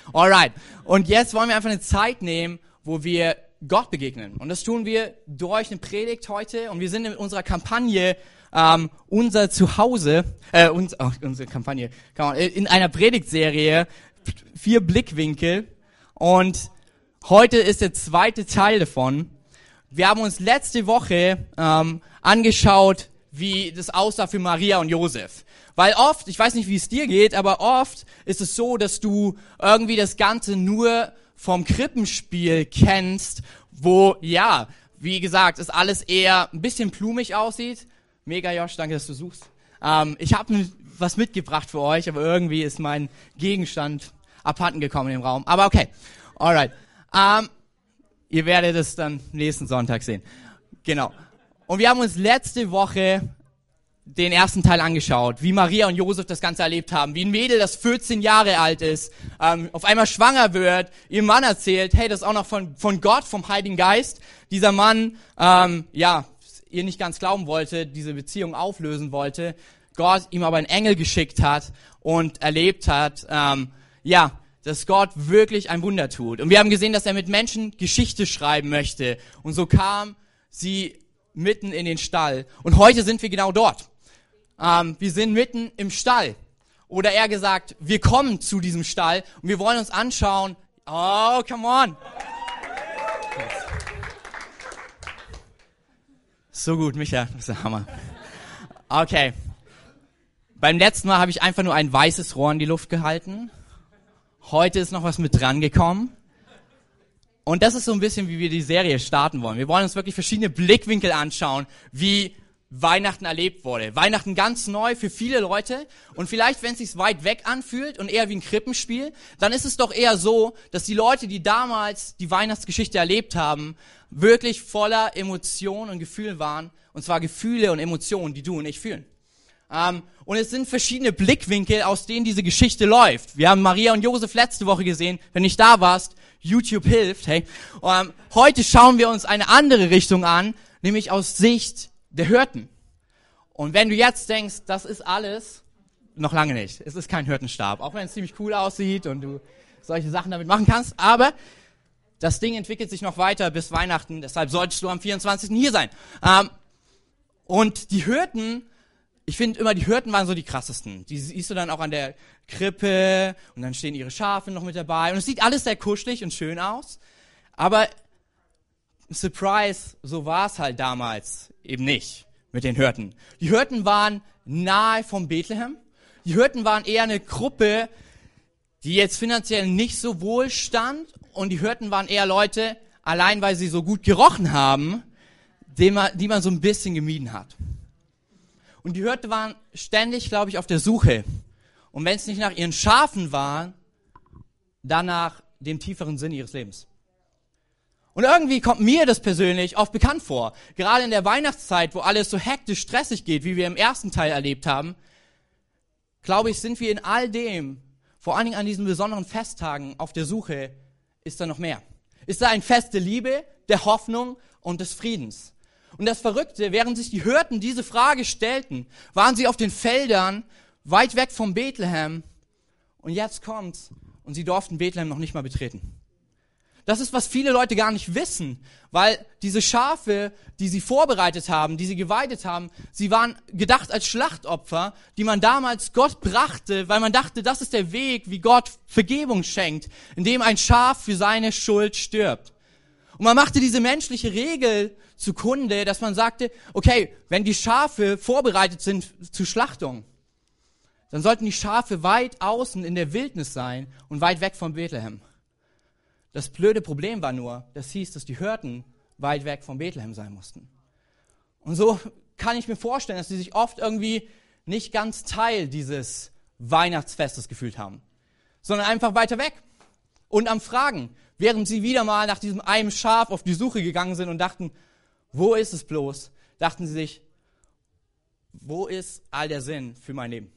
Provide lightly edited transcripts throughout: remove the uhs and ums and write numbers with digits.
Alright. Und jetzt wollen wir einfach eine Zeit nehmen, wo wir Gott begegnen. Und das tun wir durch eine Predigt heute. Und wir sind in unserer Kampagne, unser Zuhause, unsere Kampagne, in einer Predigtserie, 4 Blickwinkel. Und heute ist der zweite Teil davon. Wir haben uns letzte Woche angeschaut, wie das aussah für Maria und Josef. Weil oft, ich weiß nicht, wie es dir geht, aber oft ist es so, dass du irgendwie das Ganze nur vom Krippenspiel kennst, wo, ja, wie gesagt, es alles eher ein bisschen blumig aussieht. Mega, Josh, danke, dass du suchst. Ich habe was mitgebracht für euch, aber irgendwie ist mein Gegenstand abhanden gekommen im Raum. Aber okay, alright. Ihr werdet es dann nächsten Sonntag sehen. Genau. Und wir haben uns letzte Woche den ersten Teil angeschaut, wie Maria und Josef das Ganze erlebt haben, wie ein Mädel, das 14 Jahre alt ist, auf einmal schwanger wird, ihrem Mann erzählt, hey, das ist auch noch von Gott, vom Heiligen Geist. Dieser Mann, ihr nicht ganz glauben wollte, diese Beziehung auflösen wollte, Gott ihm aber einen Engel geschickt hat und erlebt hat, dass Gott wirklich ein Wunder tut. Und wir haben gesehen, dass er mit Menschen Geschichte schreiben möchte. Und so kam sie mitten in den Stall. Und heute sind wir genau dort. Wir sind mitten im Stall. Oder eher gesagt, wir kommen zu diesem Stall und wir wollen uns anschauen. Oh, come on. So gut, Micha. Das ist der Hammer. Okay. Beim letzten Mal habe ich einfach nur ein weißes Rohr in die Luft gehalten. Heute ist noch was mit dran gekommen. Und das ist so ein bisschen, wie wir die Serie starten wollen. Wir wollen uns wirklich verschiedene Blickwinkel anschauen, wie Weihnachten erlebt wurde. Weihnachten ganz neu für viele Leute. Und vielleicht, wenn es sich weit weg anfühlt und eher wie ein Krippenspiel, dann ist es doch eher so, dass die Leute, die damals die Weihnachtsgeschichte erlebt haben, wirklich voller Emotionen und Gefühle waren. Und zwar Gefühle und Emotionen, die du und ich fühlen. Und es sind verschiedene Blickwinkel, aus denen diese Geschichte läuft. Wir haben Maria und Josef letzte Woche gesehen. Wenn du nicht da warst, YouTube hilft. Hey. Heute schauen wir uns eine andere Richtung an, nämlich aus Sicht der Hirten. Und wenn du jetzt denkst, das ist alles, noch lange nicht. Es ist kein Hirtenstab, auch wenn es ziemlich cool aussieht und du solche Sachen damit machen kannst. Aber das Ding entwickelt sich noch weiter bis Weihnachten. Deshalb solltest du am 24. hier sein. Und die Hirten, ich finde immer, die Hirten waren so die krassesten. Die siehst du dann auch an der Krippe und dann stehen ihre Schafe noch mit dabei. Und es sieht alles sehr kuschelig und schön aus. Aber Surprise, so war es halt damals eben nicht mit den Hirten. Die Hirten waren nahe vom Bethlehem. Die Hirten waren eher eine Gruppe, die jetzt finanziell nicht so wohl stand. Und die Hirten waren eher Leute, allein weil sie so gut gerochen haben, die man so ein bisschen gemieden hat. Und die Hirten waren ständig, glaube ich, auf der Suche. Und wenn es nicht nach ihren Schafen war, dann nach dem tieferen Sinn ihres Lebens. Und irgendwie kommt mir das persönlich oft bekannt vor. Gerade in der Weihnachtszeit, wo alles so hektisch stressig geht, wie wir im ersten Teil erlebt haben, glaube ich, sind wir in all dem, vor allen Dingen an diesen besonderen Festtagen, auf der Suche, ist da noch mehr. Ist da ein Fest der Liebe, der Hoffnung und des Friedens. Und das Verrückte, während sich die Hirten diese Frage stellten, waren sie auf den Feldern, weit weg vom Bethlehem. Und jetzt kommt's. Und sie durften Bethlehem noch nicht mal betreten. Das ist, was viele Leute gar nicht wissen, weil diese Schafe, die sie vorbereitet haben, die sie geweidet haben, sie waren gedacht als Schlachtopfer, die man damals Gott brachte, weil man dachte, das ist der Weg, wie Gott Vergebung schenkt, indem ein Schaf für seine Schuld stirbt. Und man machte diese menschliche Regel zugrunde, dass man sagte, okay, wenn die Schafe vorbereitet sind zur Schlachtung, dann sollten die Schafe weit außen in der Wildnis sein und weit weg von Bethlehem. Das blöde Problem war nur, das hieß, dass die Hirten weit weg von Bethlehem sein mussten. Und so kann ich mir vorstellen, dass sie sich oft irgendwie nicht ganz Teil dieses Weihnachtsfestes gefühlt haben, sondern einfach weiter weg und am Fragen, während sie wieder mal nach diesem einen Schaf auf die Suche gegangen sind und dachten, wo ist es bloß, dachten sie sich, wo ist all der Sinn für mein Leben?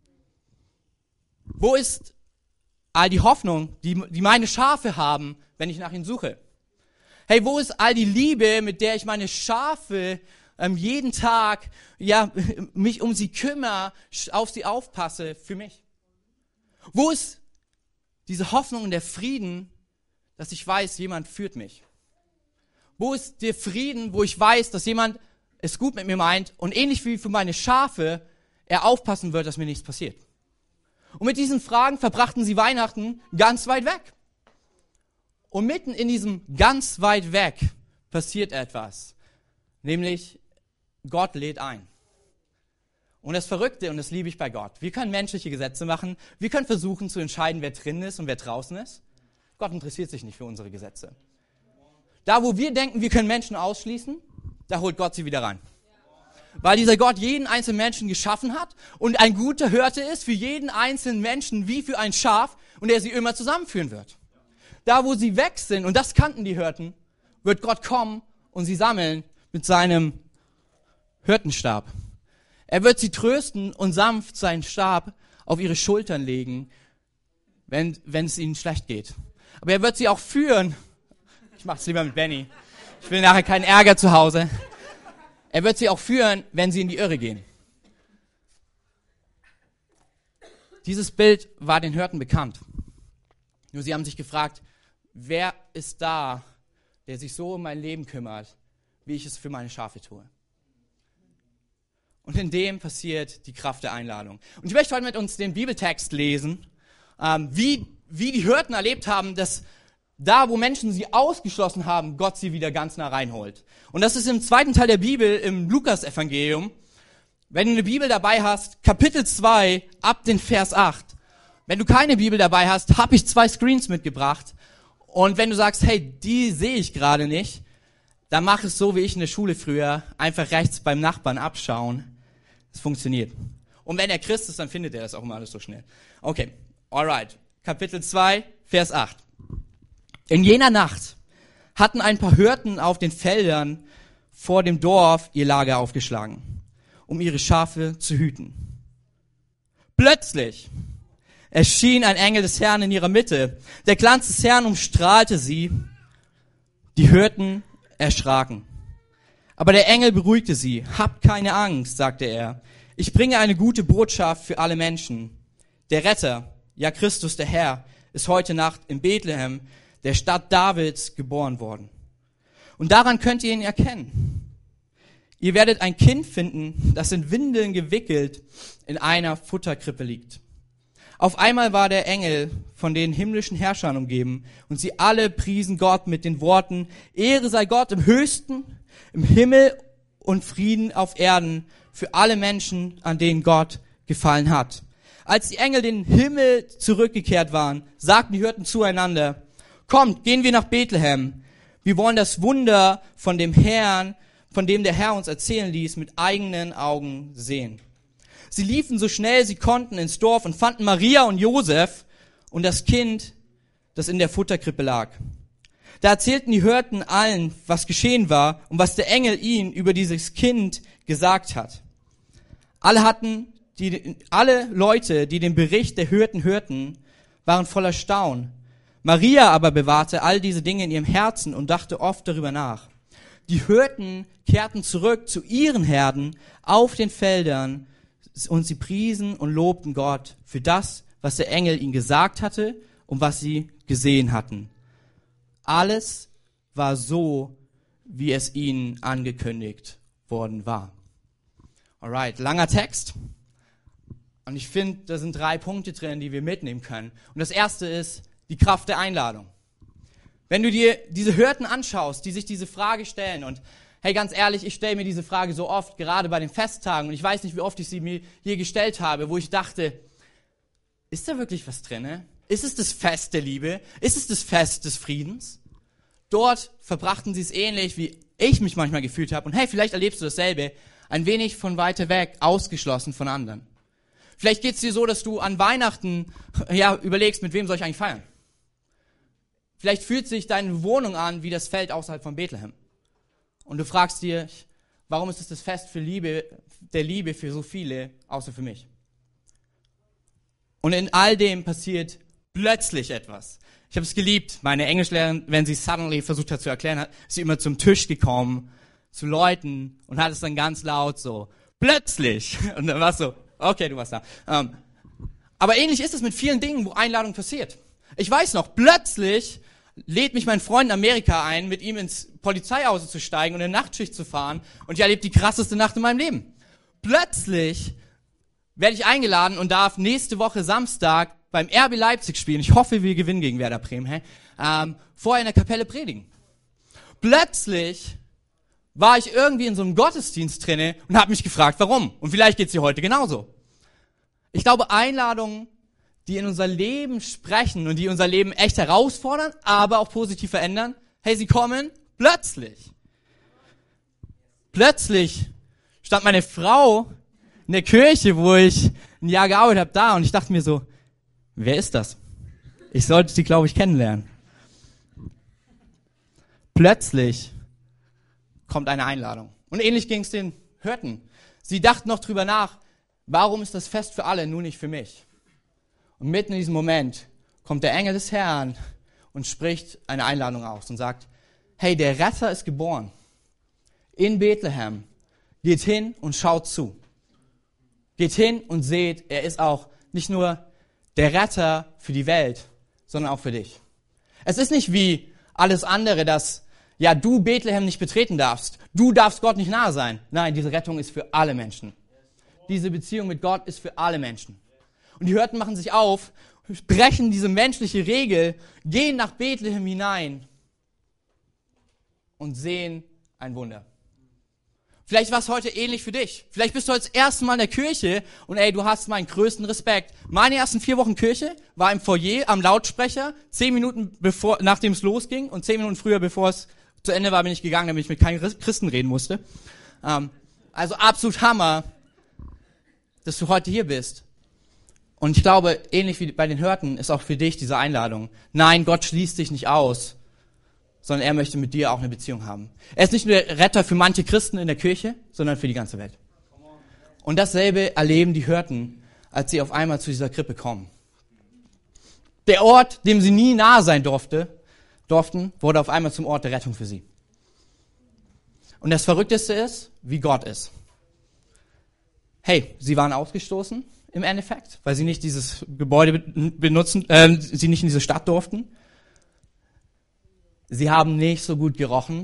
Wo ist all die Hoffnung, die meine Schafe haben, wenn ich nach ihnen suche? Hey, wo ist all die Liebe, mit der ich meine Schafe jeden Tag mich um sie kümmere, auf sie aufpasse für mich? Wo ist diese Hoffnung und der Frieden, dass ich weiß, jemand führt mich? Wo ist der Frieden, wo ich weiß, dass jemand es gut mit mir meint und ähnlich wie für meine Schafe er aufpassen wird, dass mir nichts passiert? Und mit diesen Fragen verbrachten sie Weihnachten ganz weit weg. Und mitten in diesem ganz weit weg passiert etwas. Nämlich, Gott lädt ein. Und das Verrückte, und das liebe ich bei Gott, wir können menschliche Gesetze machen, wir können versuchen zu entscheiden, wer drin ist und wer draußen ist. Gott interessiert sich nicht für unsere Gesetze. Da, wo wir denken, wir können Menschen ausschließen, da holt Gott sie wieder rein. Weil dieser Gott jeden einzelnen Menschen geschaffen hat und ein guter Hirte ist für jeden einzelnen Menschen wie für ein Schaf und er sie immer zusammenführen wird. Da, wo sie weg sind, und das kannten die Hirten, wird Gott kommen und sie sammeln mit seinem Hirtenstab. Er wird sie trösten und sanft seinen Stab auf ihre Schultern legen, wenn es ihnen schlecht geht. Aber er wird sie auch führen. Ich mache es lieber mit Benny. Ich will nachher keinen Ärger zu Hause. Er wird sie auch führen, wenn sie in die Irre gehen. Dieses Bild war den Hirten bekannt. Nur sie haben sich gefragt, wer ist da, der sich so um mein Leben kümmert, wie ich es für meine Schafe tue? Und in dem passiert die Kraft der Einladung. Und ich möchte heute mit uns den Bibeltext lesen, wie die Hirten erlebt haben, dass da, wo Menschen sie ausgeschlossen haben, Gott sie wieder ganz nah reinholt. Und das ist im zweiten Teil der Bibel, im Lukas-Evangelium. Wenn du eine Bibel dabei hast, Kapitel 2, ab den Vers 8. Wenn du keine Bibel dabei hast, habe ich 2 Screens mitgebracht. Und wenn du sagst, hey, die sehe ich gerade nicht, dann mach es so wie ich in der Schule früher, einfach rechts beim Nachbarn abschauen. Es funktioniert. Und wenn er Christ ist, dann findet er das auch immer alles so schnell. Okay, alright. Kapitel 2, Vers 8. In jener Nacht hatten ein paar Hirten auf den Feldern vor dem Dorf ihr Lager aufgeschlagen, um ihre Schafe zu hüten. Plötzlich erschien ein Engel des Herrn in ihrer Mitte. Der Glanz des Herrn umstrahlte sie. Die Hirten erschraken. Aber der Engel beruhigte sie. Habt keine Angst, sagte er. Ich bringe eine gute Botschaft für alle Menschen. Der Retter, ja Christus der Herr, ist heute Nacht in Bethlehem, der Stadt Davids, geboren worden. Und daran könnt ihr ihn erkennen. Ihr werdet ein Kind finden, das in Windeln gewickelt in einer Futterkrippe liegt. Auf einmal war der Engel von den himmlischen Herrschern umgeben und sie alle priesen Gott mit den Worten, Ehre sei Gott im Höchsten, im Himmel und Frieden auf Erden für alle Menschen, an denen Gott gefallen hat. Als die Engel den Himmel zurückgekehrt waren, sagten die Hirten zueinander, kommt, gehen wir nach Bethlehem. Wir wollen das Wunder von dem Herrn, von dem der Herr uns erzählen ließ, mit eigenen Augen sehen. Sie liefen so schnell sie konnten ins Dorf und fanden Maria und Josef und das Kind, das in der Futterkrippe lag. Da erzählten die Hirten allen, was geschehen war und was der Engel ihnen über dieses Kind gesagt hat. Alle Leute, die den Bericht der Hirten hörten, waren voller Staunen. Maria aber bewahrte all diese Dinge in ihrem Herzen und dachte oft darüber nach. Die Hirten kehrten zurück zu ihren Herden auf den Feldern und sie priesen und lobten Gott für das, was der Engel ihnen gesagt hatte und was sie gesehen hatten. Alles war so, wie es ihnen angekündigt worden war. Alright, langer Text. Und ich finde, da sind 3 Punkte drin, die wir mitnehmen können. Und das erste ist die Kraft der Einladung. Wenn du dir diese Hirten anschaust, die sich diese Frage stellen und hey, ganz ehrlich, ich stelle mir diese Frage so oft, gerade bei den Festtagen und ich weiß nicht, wie oft ich sie mir je gestellt habe, wo ich dachte, ist da wirklich was drin? Ist es das Fest der Liebe? Ist es das Fest des Friedens? Dort verbrachten sie es ähnlich, wie ich mich manchmal gefühlt habe und hey, vielleicht erlebst du dasselbe, ein wenig von weiter weg, ausgeschlossen von anderen. Vielleicht geht es dir so, dass du an Weihnachten überlegst, mit wem soll ich eigentlich feiern? Vielleicht fühlt sich deine Wohnung an wie das Feld außerhalb von Bethlehem. Und du fragst dir, warum ist es das Fest der Liebe für so viele, außer für mich? Und in all dem passiert plötzlich etwas. Ich habe es geliebt. Meine Englischlehrerin, wenn sie suddenly versucht hat zu erklären, ist sie immer zum Tisch gekommen, zu Leuten und hat es dann ganz laut so, plötzlich. Und dann war es so, okay, du warst da. Aber ähnlich ist es mit vielen Dingen, wo Einladung passiert. Ich weiß noch, plötzlich lädt mich mein Freund in Amerika ein, mit ihm ins Polizeiauto zu steigen und eine Nachtschicht zu fahren. Und ich erlebe die krasseste Nacht in meinem Leben. Plötzlich werde ich eingeladen und darf nächste Woche Samstag beim RB Leipzig spielen. Ich hoffe, wir gewinnen gegen Werder Bremen. Vorher in der Kapelle predigen. Plötzlich war ich irgendwie in so einem Gottesdienst drinne und habe mich gefragt, warum. Und vielleicht geht's dir heute genauso. Ich glaube, Einladungen, die in unser Leben sprechen und die unser Leben echt herausfordern, aber auch positiv verändern, hey, sie kommen plötzlich. Plötzlich stand meine Frau in der Kirche, wo ich ein Jahr gearbeitet habe, da und ich dachte mir so, wer ist das? Ich sollte sie, glaube ich, kennenlernen. Plötzlich kommt eine Einladung. Und ähnlich ging es den Hirten. Sie dachten noch drüber nach, warum ist das Fest für alle, nur nicht für mich? Und mitten in diesem Moment kommt der Engel des Herrn und spricht eine Einladung aus und sagt, hey, der Retter ist geboren in Bethlehem. Geht hin und schaut zu. Geht hin und seht, er ist auch nicht nur der Retter für die Welt, sondern auch für dich. Es ist nicht wie alles andere, dass ja du Bethlehem nicht betreten darfst. Du darfst Gott nicht nahe sein. Nein, diese Rettung ist für alle Menschen. Diese Beziehung mit Gott ist für alle Menschen. Und die Hirten machen sich auf, brechen diese menschliche Regel, gehen nach Bethlehem hinein und sehen ein Wunder. Vielleicht war es heute ähnlich für dich. Vielleicht bist du heute das erste Mal in der Kirche und ey, du hast meinen größten Respekt. Meine ersten 4 Wochen Kirche war im Foyer am Lautsprecher, 10 Minuten nachdem es losging und 10 Minuten früher, bevor es zu Ende war, bin ich gegangen, damit ich mit keinem Christen reden musste. Also absolut Hammer, dass du heute hier bist. Und ich glaube, ähnlich wie bei den Hirten ist auch für dich diese Einladung. Nein, Gott schließt dich nicht aus, sondern er möchte mit dir auch eine Beziehung haben. Er ist nicht nur der Retter für manche Christen in der Kirche, sondern für die ganze Welt. Und dasselbe erleben die Hirten, als sie auf einmal zu dieser Krippe kommen. Der Ort, dem sie nie nahe sein durften, wurde auf einmal zum Ort der Rettung für sie. Und das Verrückteste ist, wie Gott ist. Hey, sie waren ausgestoßen im Endeffekt, weil sie nicht dieses Gebäude benutzen, sie nicht in diese Stadt durften. Sie haben nicht so gut gerochen.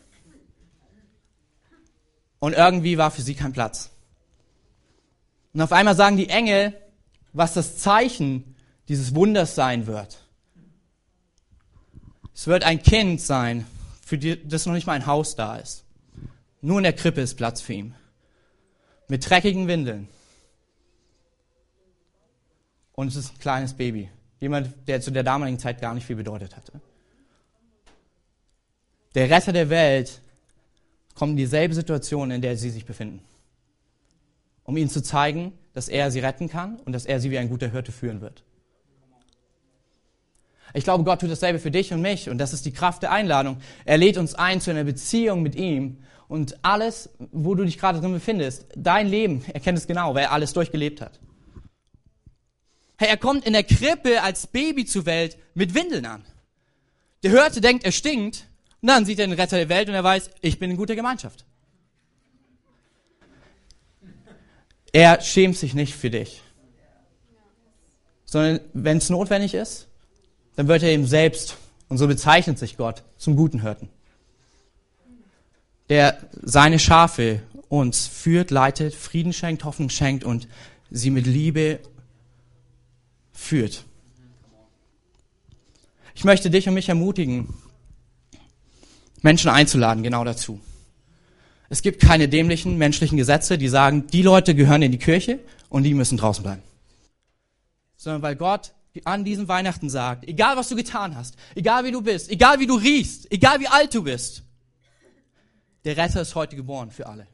Und irgendwie war für sie kein Platz. Und auf einmal sagen die Engel, was das Zeichen dieses Wunders sein wird. Es wird ein Kind sein, für das noch nicht mal ein Haus da ist. Nur in der Krippe ist Platz für ihn. Mit dreckigen Windeln. Und es ist ein kleines Baby. Jemand, der zu der damaligen Zeit gar nicht viel bedeutet hatte. Der Retter der Welt kommt in dieselbe Situation, in der sie sich befinden. Um ihnen zu zeigen, dass er sie retten kann und dass er sie wie ein guter Hirte führen wird. Ich glaube, Gott tut dasselbe für dich und mich und das ist die Kraft der Einladung. Er lädt uns ein zu einer Beziehung mit ihm und alles, wo du dich gerade drin befindest, dein Leben, er kennt es genau, weil er alles durchgelebt hat. Hey, er kommt in der Krippe als Baby zur Welt mit Windeln an. Der Hirte denkt, er stinkt und dann sieht er den Retter der Welt und er weiß, ich bin in guter Gemeinschaft. Er schämt sich nicht für dich, sondern wenn es notwendig ist, dann wird er ihm selbst, und so bezeichnet sich Gott, zum guten Hirten, der seine Schafe uns führt, leitet, Frieden schenkt, Hoffnung schenkt und sie mit Liebe führt. Ich möchte dich und mich ermutigen, Menschen einzuladen, genau dazu. Es gibt keine dämlichen menschlichen Gesetze, die sagen, die Leute gehören in die Kirche und die müssen draußen bleiben. Sondern weil Gott an diesem Weihnachten sagt, egal was du getan hast, egal wie du bist, egal wie du riechst, egal wie alt du bist, der Retter ist heute geboren für alle.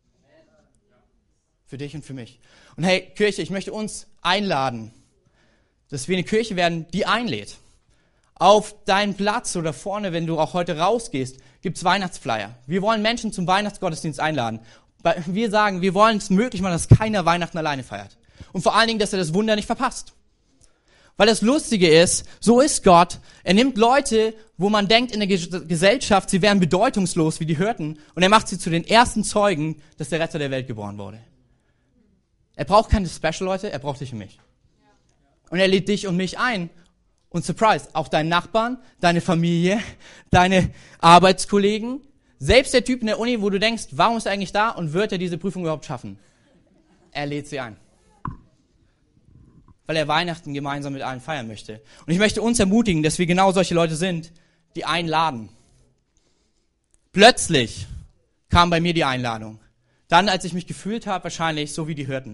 Für dich und für mich. Und hey, Kirche, ich möchte uns einladen, dass wir eine Kirche werden, die einlädt. Auf deinen Platz oder vorne, wenn du auch heute rausgehst, gibt's Weihnachtsflyer. Wir wollen Menschen zum Weihnachtsgottesdienst einladen. Wir sagen, wir wollen es möglich machen, dass keiner Weihnachten alleine feiert. Und vor allen Dingen, dass er das Wunder nicht verpasst. Weil das Lustige ist, so ist Gott. Er nimmt Leute, wo man denkt in der Gesellschaft, sie wären bedeutungslos wie die Hirten, und er macht sie zu den ersten Zeugen, dass der Retter der Welt geboren wurde. Er braucht keine Special-Leute, er braucht dich und mich. Und er lädt dich und mich ein, Und surprise, auch deinen Nachbarn, deine Familie, deine Arbeitskollegen, selbst der Typ in der Uni, wo du denkst, warum ist er eigentlich da und wird er diese Prüfung überhaupt schaffen? Er lädt sie ein. Weil er Weihnachten gemeinsam mit allen feiern möchte. Und ich möchte uns ermutigen, dass wir genau solche Leute sind, die einladen. Plötzlich kam bei mir die Einladung. Dann, als ich mich gefühlt habe, wahrscheinlich so wie die Hirten.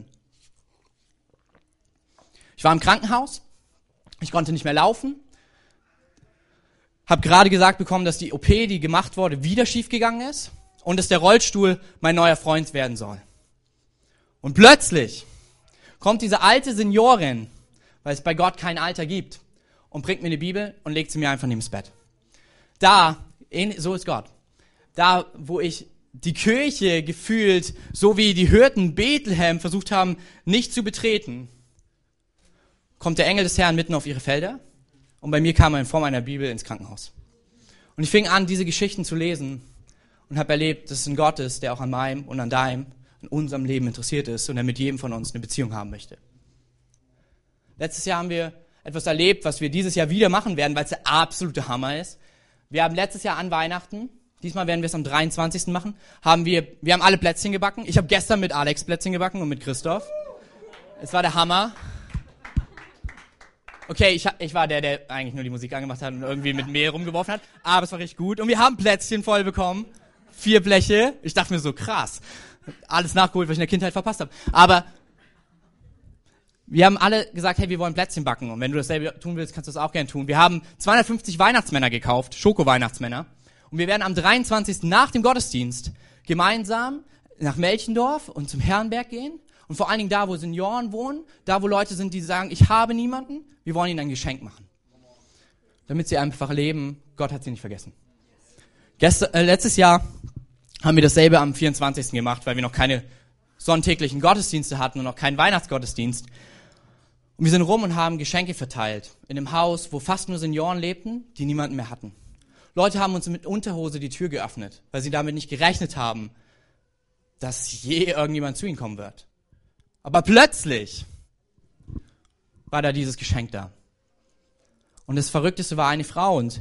Ich war im Krankenhaus, ich konnte nicht mehr laufen, habe gerade gesagt bekommen, dass die OP, die gemacht wurde, wieder schiefgegangen ist und dass der Rollstuhl mein neuer Freund werden soll. Und plötzlich kommt diese alte Seniorin, weil es bei Gott kein Alter gibt, und bringt mir eine Bibel und legt sie mir einfach neben das Bett. So ist Gott. Da, wo ich die Kirche gefühlt, so wie die Hirten Bethlehem versucht haben, nicht zu betreten, kommt der Engel des Herrn mitten auf ihre Felder und bei mir kam er in Form einer Bibel ins Krankenhaus. Und ich fing an, diese Geschichten zu lesen und habe erlebt, dass es ein Gott ist, der auch an meinem und an deinem, an unserem Leben interessiert ist und der mit jedem von uns eine Beziehung haben möchte. Letztes Jahr haben wir etwas erlebt, was wir dieses Jahr wieder machen werden, weil es der absolute Hammer ist. Wir haben letztes Jahr an Weihnachten, diesmal werden wir es am 23. machen, wir haben alle Plätzchen gebacken. Ich habe gestern mit Alex Plätzchen gebacken und mit Christoph. Es war der Hammer. Okay, ich war der eigentlich nur die Musik angemacht hat und irgendwie mit Mehl rumgeworfen hat, aber es war richtig gut. Und wir haben Plätzchen voll bekommen, 4 Bleche. Ich dachte mir so, krass, alles nachgeholt, was ich in der Kindheit verpasst habe. Aber wir haben alle gesagt, hey, wir wollen Plätzchen backen. Und wenn du dasselbe tun willst, kannst du das auch gerne tun. Wir haben 250 Weihnachtsmänner gekauft, Schoko-Weihnachtsmänner. Und wir werden am 23. nach dem Gottesdienst gemeinsam nach Melchendorf und zum Herrenberg gehen. Und vor allen Dingen da, wo Senioren wohnen, da, wo Leute sind, die sagen, ich habe niemanden, wir wollen ihnen ein Geschenk machen. Damit sie einfach leben, Gott hat sie nicht vergessen. Letztes Jahr haben wir dasselbe am 24. gemacht, weil wir noch keine sonntäglichen Gottesdienste hatten und noch keinen Weihnachtsgottesdienst. Und wir sind rum und haben Geschenke verteilt. In einem Haus, wo fast nur Senioren lebten, die niemanden mehr hatten. Leute haben uns mit Unterhose die Tür geöffnet, weil sie damit nicht gerechnet haben, dass je irgendjemand zu ihnen kommen wird. Aber plötzlich war da dieses Geschenk da. Und das Verrückteste war eine Frau und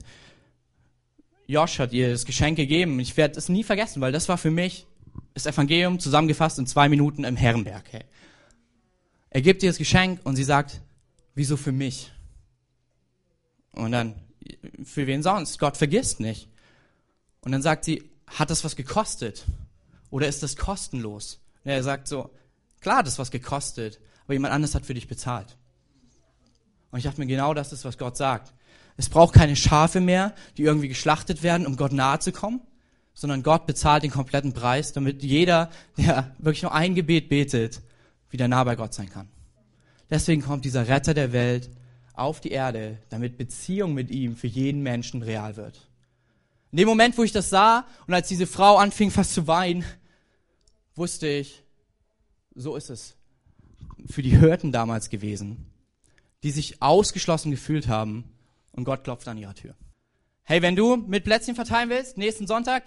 Josh hat ihr das Geschenk gegeben. Ich werde es nie vergessen, weil das war für mich das Evangelium zusammengefasst in 2 Minuten im Herrenberg. Hey. Er gibt ihr das Geschenk und sie sagt, wieso für mich? Und dann, für wen sonst? Gott vergisst nicht. Und dann sagt sie, hat das was gekostet? Oder ist das kostenlos? Und er sagt so, klar, das ist was gekostet, aber jemand anderes hat für dich bezahlt. Und ich dachte mir, genau das ist, was Gott sagt. Es braucht keine Schafe mehr, die irgendwie geschlachtet werden, um Gott nahe zu kommen, sondern Gott bezahlt den kompletten Preis, damit jeder, der wirklich nur ein Gebet betet, wieder nah bei Gott sein kann. Deswegen kommt dieser Retter der Welt auf die Erde, damit Beziehung mit ihm für jeden Menschen real wird. In dem Moment, wo ich das sah und als diese Frau anfing fast zu weinen, wusste ich, so ist es für die Hirten damals gewesen, die sich ausgeschlossen gefühlt haben und Gott klopft an ihrer Tür. Hey, wenn du mit Plätzchen verteilen willst, nächsten Sonntag,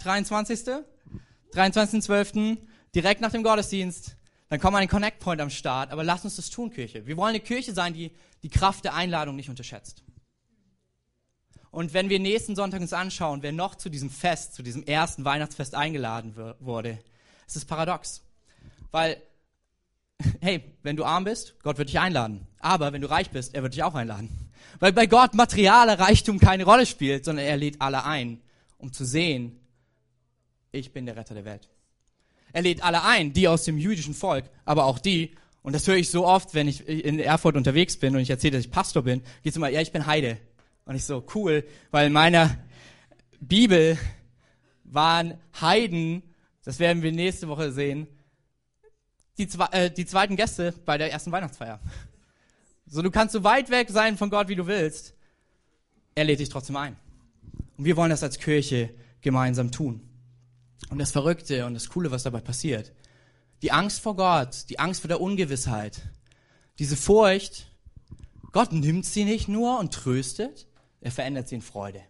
23.12., direkt nach dem Gottesdienst, dann komm an den Connect Point am Start, aber lass uns das tun, Kirche. Wir wollen eine Kirche sein, die die Kraft der Einladung nicht unterschätzt. Und wenn wir nächsten Sonntag uns anschauen, wer noch zu diesem Fest, zu diesem ersten Weihnachtsfest eingeladen wurde, ist es paradox. Weil, hey, wenn du arm bist, Gott wird dich einladen. Aber wenn du reich bist, er wird dich auch einladen. Weil bei Gott materialer Reichtum keine Rolle spielt, sondern er lädt alle ein, um zu sehen, ich bin der Retter der Welt. Er lädt alle ein, die aus dem jüdischen Volk, aber auch die, und das höre ich so oft, wenn ich in Erfurt unterwegs bin und ich erzähle, dass ich Pastor bin, geht's immer, ja, ich bin Heide. Und ich so, cool, weil in meiner Bibel waren Heiden, das werden wir nächste Woche sehen, die zweiten Gäste bei der ersten Weihnachtsfeier. So, du kannst so weit weg sein von Gott, wie du willst. Er lädt dich trotzdem ein. Und wir wollen das als Kirche gemeinsam tun. Und das Verrückte und das Coole, was dabei passiert, die Angst vor Gott, die Angst vor der Ungewissheit, diese Furcht, Gott nimmt sie nicht nur und tröstet, er verändert sie in Freude.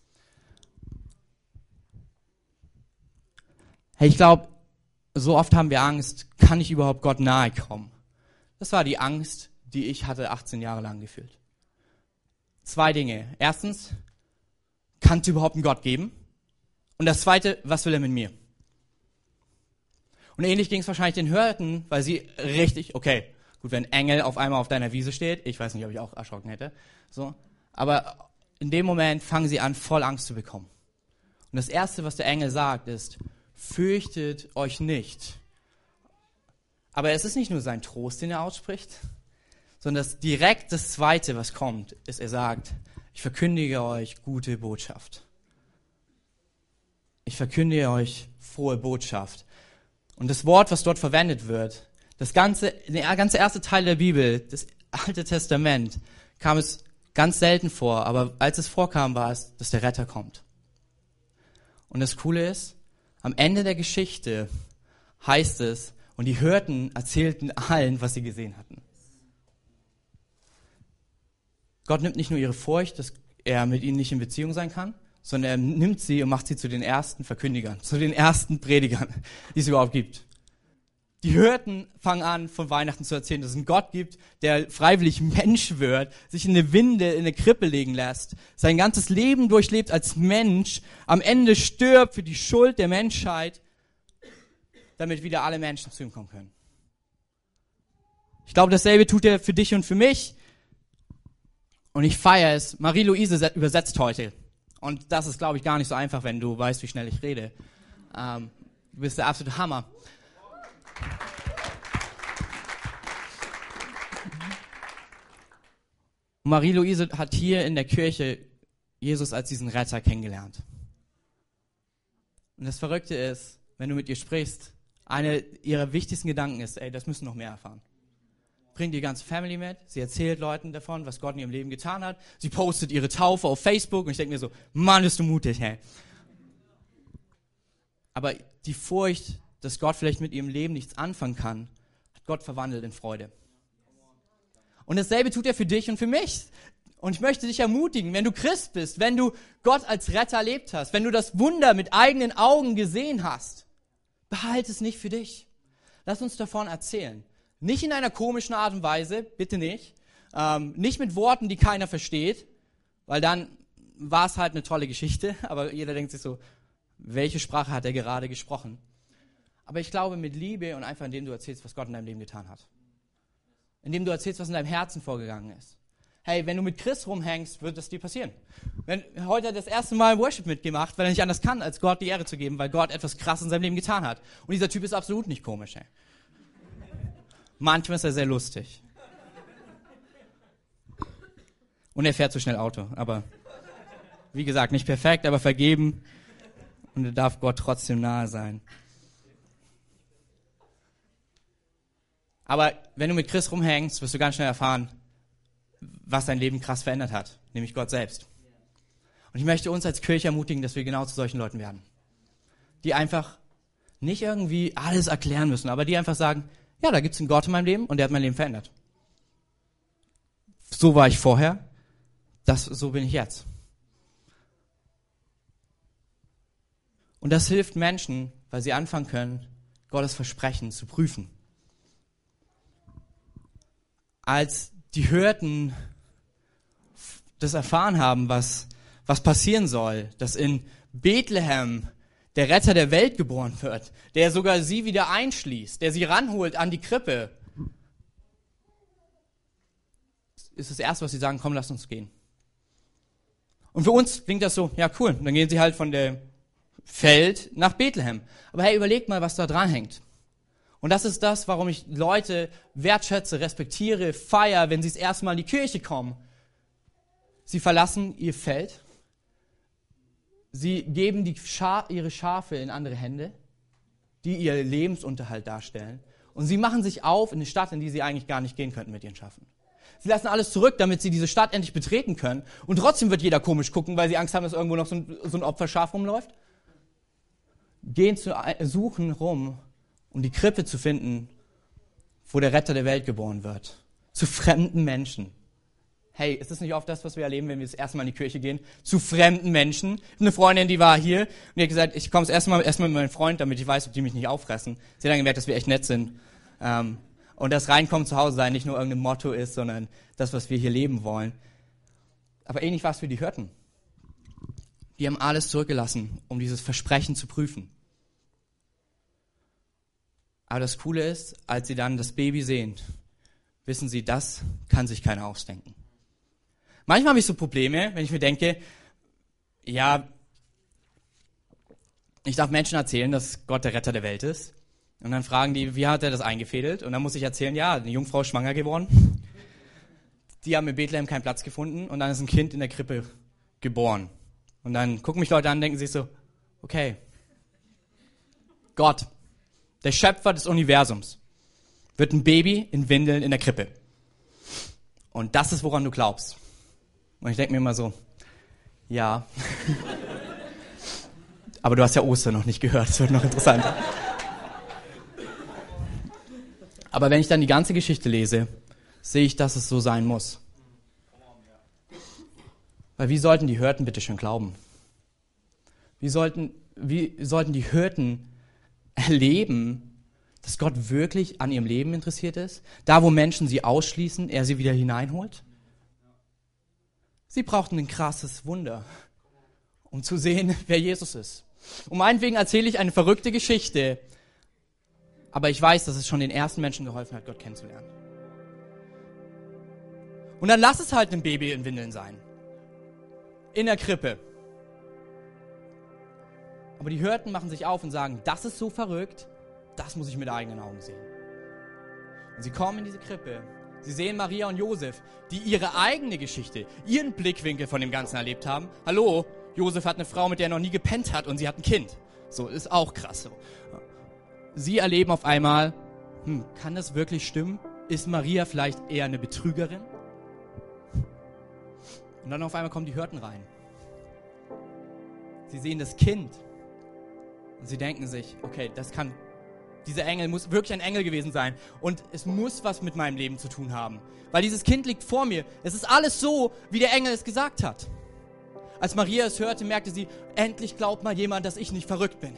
Hey, ich glaube, so oft haben wir Angst, kann ich überhaupt Gott nahe kommen? Das war die Angst, die ich hatte 18 Jahre lang gefühlt. 2 Dinge. Erstens, kann es überhaupt einen Gott geben? Und das Zweite, was will er mit mir? Und ähnlich ging es wahrscheinlich den Hirten, weil sie richtig, okay, gut, wenn ein Engel auf einmal auf deiner Wiese steht, ich weiß nicht, ob ich auch erschrocken hätte, so, aber in dem Moment fangen sie an, voll Angst zu bekommen. Und das Erste, was der Engel sagt, ist, fürchtet euch nicht. Aber es ist nicht nur sein Trost, den er ausspricht, sondern das Zweite, was kommt, ist, er sagt, ich verkündige euch gute Botschaft. Ich verkündige euch frohe Botschaft. Und das Wort, was dort verwendet wird, der ganze erste Teil der Bibel, das Alte Testament, kam es ganz selten vor, aber als es vorkam, war es, dass der Retter kommt. Und das Coole ist, am Ende der Geschichte heißt es, und die Hirten erzählten allen, was sie gesehen hatten. Gott nimmt nicht nur ihre Furcht, dass er mit ihnen nicht in Beziehung sein kann, sondern er nimmt sie und macht sie zu den ersten Verkündigern, zu den ersten Predigern, die es überhaupt gibt. Die Hirten fangen an, von Weihnachten zu erzählen, dass es einen Gott gibt, der freiwillig Mensch wird, sich in eine Windel, in eine Krippe legen lässt, sein ganzes Leben durchlebt als Mensch, am Ende stirbt für die Schuld der Menschheit, damit wieder alle Menschen zu ihm kommen können. Ich glaube, dasselbe tut er für dich und für mich. Und ich feiere es. Marie-Louise übersetzt heute. Und das ist, glaube ich, gar nicht so einfach, wenn du weißt, wie schnell ich rede. Du bist der absolute Hammer. Marie-Louise hat hier in der Kirche Jesus als diesen Retter kennengelernt. Und das Verrückte ist, wenn du mit ihr sprichst, einer ihrer wichtigsten Gedanken ist, das müssen noch mehr erfahren. Bringt die ganze Family mit, sie erzählt Leuten davon, was Gott in ihrem Leben getan hat. Sie postet ihre Taufe auf Facebook und ich denke mir so, Mann, bist du mutig, hey. Aber die Furcht, dass Gott vielleicht mit ihrem Leben nichts anfangen kann, hat Gott verwandelt in Freude. Und dasselbe tut er für dich und für mich. Und ich möchte dich ermutigen, wenn du Christ bist, wenn du Gott als Retter erlebt hast, wenn du das Wunder mit eigenen Augen gesehen hast, behalte es nicht für dich. Lass uns davon erzählen. Nicht in einer komischen Art und Weise, bitte nicht. Nicht mit Worten, die keiner versteht, weil dann war es halt eine tolle Geschichte, aber jeder denkt sich so, welche Sprache hat er gerade gesprochen? Aber ich glaube mit Liebe und einfach indem du erzählst, was Gott in deinem Leben getan hat. Indem du erzählst, was in deinem Herzen vorgegangen ist. Hey, wenn du mit Chris rumhängst, wird das dir passieren. Heute hat er das erste Mal Worship mitgemacht, weil er nicht anders kann, als Gott die Ehre zu geben, weil Gott etwas krass in seinem Leben getan hat. Und dieser Typ ist absolut nicht komisch, hey. Manchmal ist er sehr lustig. Und er fährt zu schnell Auto. Aber wie gesagt, nicht perfekt, aber vergeben. Und er darf Gott trotzdem nahe sein. Aber wenn du mit Chris rumhängst, wirst du ganz schnell erfahren, was dein Leben krass verändert hat. Nämlich Gott selbst. Und ich möchte uns als Kirche ermutigen, dass wir genau zu solchen Leuten werden. Die einfach nicht irgendwie alles erklären müssen, aber die einfach sagen, ja, da gibt es einen Gott in meinem Leben und der hat mein Leben verändert. So war ich vorher, so bin ich jetzt. Und das hilft Menschen, weil sie anfangen können, Gottes Versprechen zu prüfen. Als die Hirten das erfahren haben, was passieren soll, dass in Bethlehem der Retter der Welt geboren wird, der sogar sie wieder einschließt, der sie ranholt an die Krippe, ist das Erste, was sie sagen, komm, lass uns gehen. Und für uns klingt das so, ja cool, dann gehen sie halt von dem Feld nach Bethlehem. Aber hey, überlegt mal, was da dran hängt. Und das ist das, warum ich Leute wertschätze, respektiere, feiere, wenn sie das erste Mal in die Kirche kommen. Sie verlassen ihr Feld. Sie geben ihre Schafe in andere Hände, die ihr Lebensunterhalt darstellen. Und sie machen sich auf in eine Stadt, in die sie eigentlich gar nicht gehen könnten mit ihren Schafen. Sie lassen alles zurück, damit sie diese Stadt endlich betreten können. Und trotzdem wird jeder komisch gucken, weil sie Angst haben, dass irgendwo noch so ein Opferschaf rumläuft. Suchen rum, um die Krippe zu finden, wo der Retter der Welt geboren wird. Zu fremden Menschen. Hey, ist das nicht oft das, was wir erleben, wenn wir das erste Mal in die Kirche gehen? Zu fremden Menschen. Eine Freundin, die war hier und die hat gesagt, ich komme erstmal mit meinem Freund, damit ich weiß, ob die mich nicht auffressen. Sie hat dann gemerkt, dass wir echt nett sind. Und das Reinkommen zu Hause sein nicht nur irgendein Motto ist, sondern das, was wir hier leben wollen. Aber ähnlich war es für die Hirten. Die haben alles zurückgelassen, um dieses Versprechen zu prüfen. Aber das Coole ist, als sie dann das Baby sehen, wissen sie, das kann sich keiner ausdenken. Manchmal habe ich so Probleme, wenn ich mir denke, ja, ich darf Menschen erzählen, dass Gott der Retter der Welt ist. Und dann fragen die, wie hat er das eingefädelt? Und dann muss ich erzählen, ja, eine Jungfrau ist schwanger geworden. Die haben in Bethlehem keinen Platz gefunden und dann ist ein Kind in der Krippe geboren. Und dann gucken mich Leute an und denken sich so, okay, Gott, der Schöpfer des Universums, wird ein Baby in Windeln in der Krippe. Und das ist, woran du glaubst. Und ich denke mir immer so, ja. Aber du hast ja Ostern noch nicht gehört, das wird noch interessanter. Aber wenn ich dann die ganze Geschichte lese, sehe ich, dass es so sein muss. Weil wie sollten die Hirten bitte schon glauben? Wie sollten die Hirten erleben, dass Gott wirklich an ihrem Leben interessiert ist? Da, wo Menschen sie ausschließen, er sie wieder hineinholt? Sie brauchten ein krasses Wunder, um zu sehen, wer Jesus ist. Und meinetwegen erzähle ich eine verrückte Geschichte, aber ich weiß, dass es schon den ersten Menschen geholfen hat, Gott kennenzulernen. Und dann lass es halt ein Baby in Windeln sein. In der Krippe. Aber die Hirten machen sich auf und sagen, das ist so verrückt, das muss ich mit eigenen Augen sehen. Und sie kommen in diese Krippe. Sie sehen Maria und Josef, die ihre eigene Geschichte, ihren Blickwinkel von dem Ganzen erlebt haben. Hallo, Josef hat eine Frau, mit der er noch nie gepennt hat und sie hat ein Kind. So, ist auch krass so. Sie erleben auf einmal, kann das wirklich stimmen? Ist Maria vielleicht eher eine Betrügerin? Und dann auf einmal kommen die Hirten rein. Sie sehen das Kind und sie denken sich, okay, dieser Engel muss wirklich ein Engel gewesen sein und es muss was mit meinem Leben zu tun haben. Weil dieses Kind liegt vor mir. Es ist alles so, wie der Engel es gesagt hat. Als Maria es hörte, merkte sie, endlich glaubt mal jemand, dass ich nicht verrückt bin.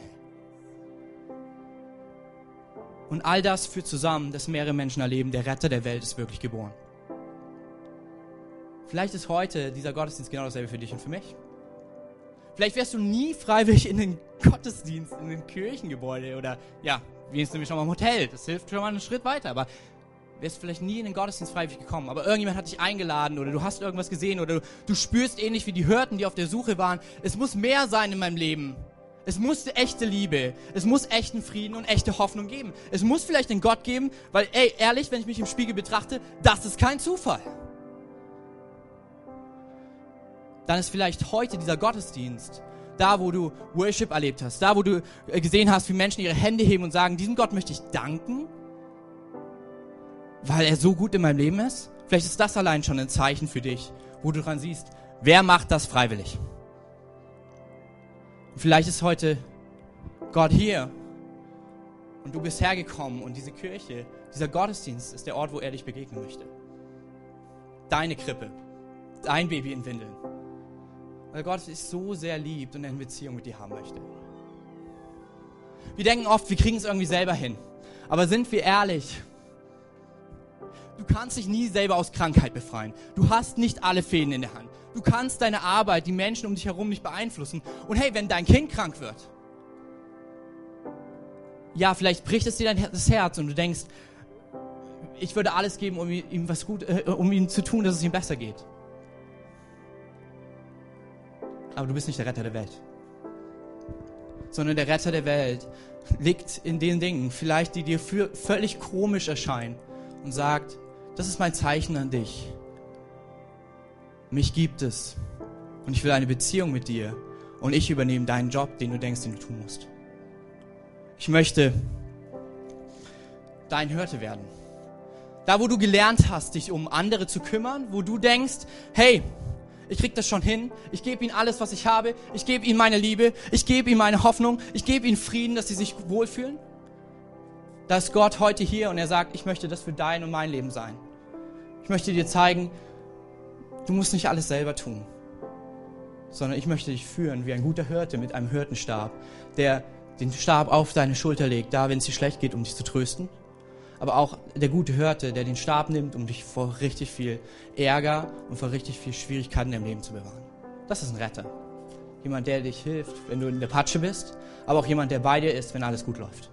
Und all das führt zusammen, dass mehrere Menschen erleben, der Retter der Welt ist wirklich geboren. Vielleicht ist heute dieser Gottesdienst genau dasselbe für dich und für mich. Vielleicht wärst du nie freiwillig in den Gottesdienst, in den Kirchengebäude oder, ja, wenigstens schon mal im Hotel. Das hilft schon mal einen Schritt weiter, aber wärst vielleicht nie in den Gottesdienst freiwillig gekommen. Aber irgendjemand hat dich eingeladen oder du hast irgendwas gesehen oder du spürst ähnlich wie die Hirten, die auf der Suche waren. Es muss mehr sein in meinem Leben. Es muss echte Liebe, es muss echten Frieden und echte Hoffnung geben. Es muss vielleicht einen Gott geben, weil, ehrlich, wenn ich mich im Spiegel betrachte, das ist kein Zufall. Dann ist vielleicht heute dieser Gottesdienst, da wo du Worship erlebt hast, da wo du gesehen hast, wie Menschen ihre Hände heben und sagen, diesem Gott möchte ich danken, weil er so gut in meinem Leben ist. Vielleicht ist das allein schon ein Zeichen für dich, wo du dran siehst, wer macht das freiwillig? Und vielleicht ist heute Gott hier und du bist hergekommen und diese Kirche, dieser Gottesdienst ist der Ort, wo er dich begegnen möchte. Deine Krippe, dein Baby in Windeln. Weil Gott dich so sehr liebt und eine Beziehung mit dir haben möchte. Wir denken oft, wir kriegen es irgendwie selber hin. Aber sind wir ehrlich? Du kannst dich nie selber aus Krankheit befreien. Du hast nicht alle Fäden in der Hand. Du kannst deine Arbeit, die Menschen um dich herum nicht beeinflussen. Und hey, wenn dein Kind krank wird, ja, vielleicht bricht es dir das Herz und du denkst, ich würde alles geben, um ihm zu tun, dass es ihm besser geht. Aber du bist nicht der Retter der Welt. Sondern der Retter der Welt liegt in den Dingen, vielleicht die dir völlig komisch erscheinen und sagt, das ist mein Zeichen an dich. Mich gibt es und ich will eine Beziehung mit dir und ich übernehme deinen Job, den du denkst, den du tun musst. Ich möchte dein Hirte werden. Da, wo du gelernt hast, dich um andere zu kümmern, wo du denkst, hey, ich krieg das schon hin, ich gebe ihnen alles, was ich habe, ich gebe ihnen meine Liebe, ich gebe ihnen meine Hoffnung, ich gebe ihnen Frieden, dass sie sich wohlfühlen. Da ist Gott heute hier und er sagt, ich möchte das für dein und mein Leben sein. Ich möchte dir zeigen, du musst nicht alles selber tun, sondern ich möchte dich führen wie ein guter Hirte mit einem Hirtenstab, der den Stab auf deine Schulter legt, da, wenn es dir schlecht geht, um dich zu trösten, aber auch der gute Hirte, der den Stab nimmt, um dich vor richtig viel Ärger und vor richtig viel Schwierigkeiten im Leben zu bewahren. Das ist ein Retter. Jemand, der dich hilft, wenn du in der Patsche bist, aber auch jemand, der bei dir ist, wenn alles gut läuft.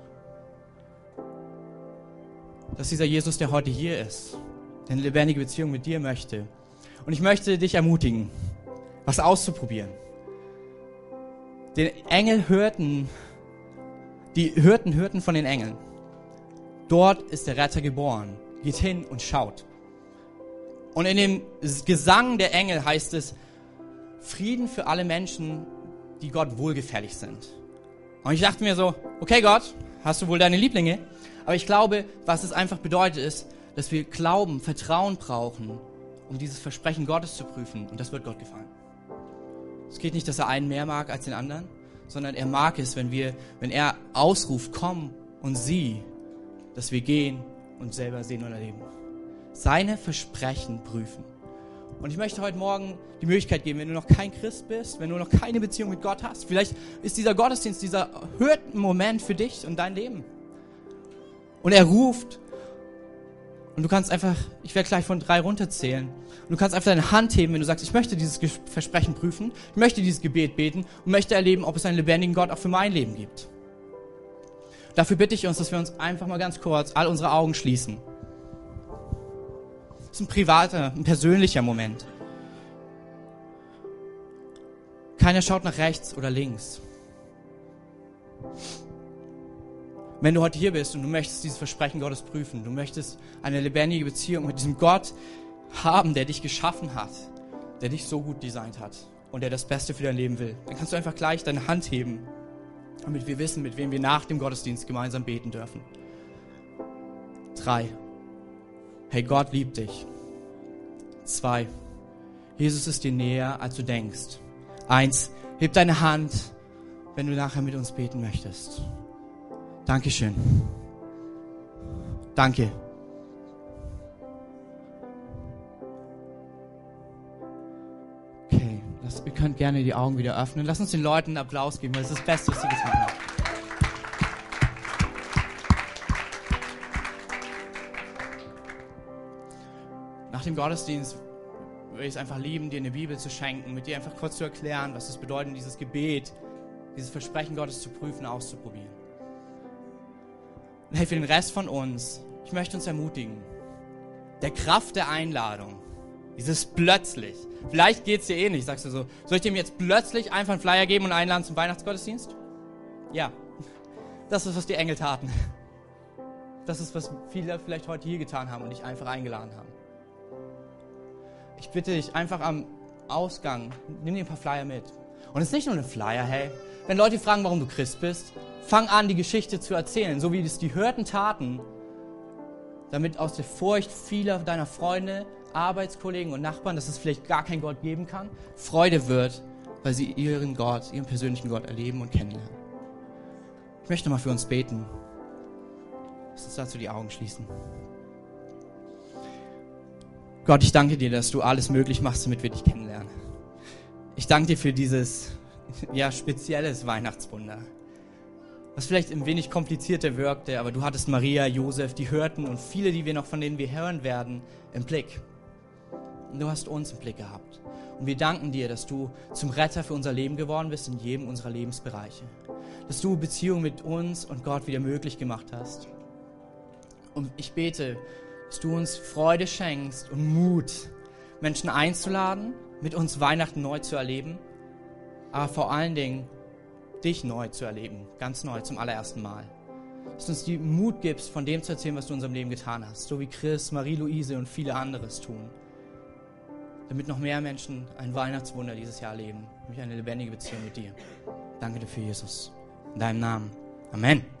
Das ist dieser Jesus, der heute hier ist, der eine lebendige Beziehung mit dir möchte. Und ich möchte dich ermutigen, was auszuprobieren. Den Engel hörten, die Hirten von den Engeln. Dort ist der Retter geboren. Geht hin und schaut. Und in dem Gesang der Engel heißt es, Frieden für alle Menschen, die Gott wohlgefällig sind. Und ich dachte mir so, okay Gott, hast du wohl deine Lieblinge? Aber ich glaube, was es einfach bedeutet ist, dass wir Glauben, Vertrauen brauchen, um dieses Versprechen Gottes zu prüfen. Und das wird Gott gefallen. Es geht nicht, dass er einen mehr mag als den anderen, sondern er mag es, wenn er ausruft, komm und sieh, dass wir gehen und selber sehen und erleben. Seine Versprechen prüfen. Und ich möchte heute Morgen die Möglichkeit geben, wenn du noch kein Christ bist, wenn du noch keine Beziehung mit Gott hast, vielleicht ist dieser Gottesdienst, dieser Hirtenmoment für dich und dein Leben. Und er ruft und du kannst einfach, ich werde gleich von 3 runterzählen, und du kannst einfach deine Hand heben, wenn du sagst, ich möchte dieses Versprechen prüfen, ich möchte dieses Gebet beten und möchte erleben, ob es einen lebendigen Gott auch für mein Leben gibt. Dafür bitte ich uns, dass wir uns einfach mal ganz kurz all unsere Augen schließen. Das ist ein privater, ein persönlicher Moment. Keiner schaut nach rechts oder links. Wenn du heute hier bist und du möchtest dieses Versprechen Gottes prüfen, du möchtest eine lebendige Beziehung mit diesem Gott haben, der dich geschaffen hat, der dich so gut designt hat und der das Beste für dein Leben will, dann kannst du einfach gleich deine Hand heben, damit wir wissen, mit wem wir nach dem Gottesdienst gemeinsam beten dürfen. 3. Hey, Gott liebt dich. 2. Jesus ist dir näher, als du denkst. 1. Heb deine Hand, wenn du nachher mit uns beten möchtest. Dankeschön. Danke. Okay, ihr könnt gerne die Augen wieder öffnen. Lass uns den Leuten einen Applaus geben, weil das ist das Beste, was sie getan haben. Nach dem Gottesdienst würde ich es einfach lieben, dir eine Bibel zu schenken, mit dir einfach kurz zu erklären, was es bedeutet, dieses Gebet, dieses Versprechen Gottes zu prüfen, auszuprobieren. Und hey, für den Rest von uns, ich möchte uns ermutigen, der Kraft der Einladung, dieses plötzlich, vielleicht geht es dir ähnlich, sagst du so, soll ich dem jetzt plötzlich einfach einen Flyer geben und einladen zum Weihnachtsgottesdienst? Ja, das ist, was die Engel taten. Das ist, was viele vielleicht heute hier getan haben und dich einfach eingeladen haben. Ich bitte dich einfach am Ausgang, nimm dir ein paar Flyer mit. Und es ist nicht nur ein Flyer, hey. Wenn Leute fragen, warum du Christ bist, fang an, die Geschichte zu erzählen, so wie es die Hirten taten, damit aus der Furcht vieler deiner Freunde, Arbeitskollegen und Nachbarn, dass es vielleicht gar keinen Gott geben kann, Freude wird, weil sie ihren Gott, ihren persönlichen Gott erleben und kennenlernen. Ich möchte mal für uns beten. Lass uns dazu die Augen schließen. Gott, ich danke dir, dass du alles möglich machst, damit wir dich kennenlernen. Ich danke dir für dieses spezielles Weihnachtswunder, was vielleicht ein wenig komplizierter wirkte, aber du hattest Maria, Josef, die Hirten und viele, von denen wir hören werden, im Blick. Und du hast uns im Blick gehabt. Und wir danken dir, dass du zum Retter für unser Leben geworden bist in jedem unserer Lebensbereiche. Dass du Beziehung mit uns und Gott wieder möglich gemacht hast. Und ich bete, dass du uns Freude schenkst und Mut, Menschen einzuladen, mit uns Weihnachten neu zu erleben, aber vor allen Dingen dich neu zu erleben, ganz neu, zum allerersten Mal. Dass du uns die Mut gibst, von dem zu erzählen, was du in unserem Leben getan hast, so wie Chris, Marie-Louise und viele andere es tun, damit noch mehr Menschen ein Weihnachtswunder dieses Jahr erleben, nämlich eine lebendige Beziehung mit dir. Danke dir für Jesus. In deinem Namen. Amen.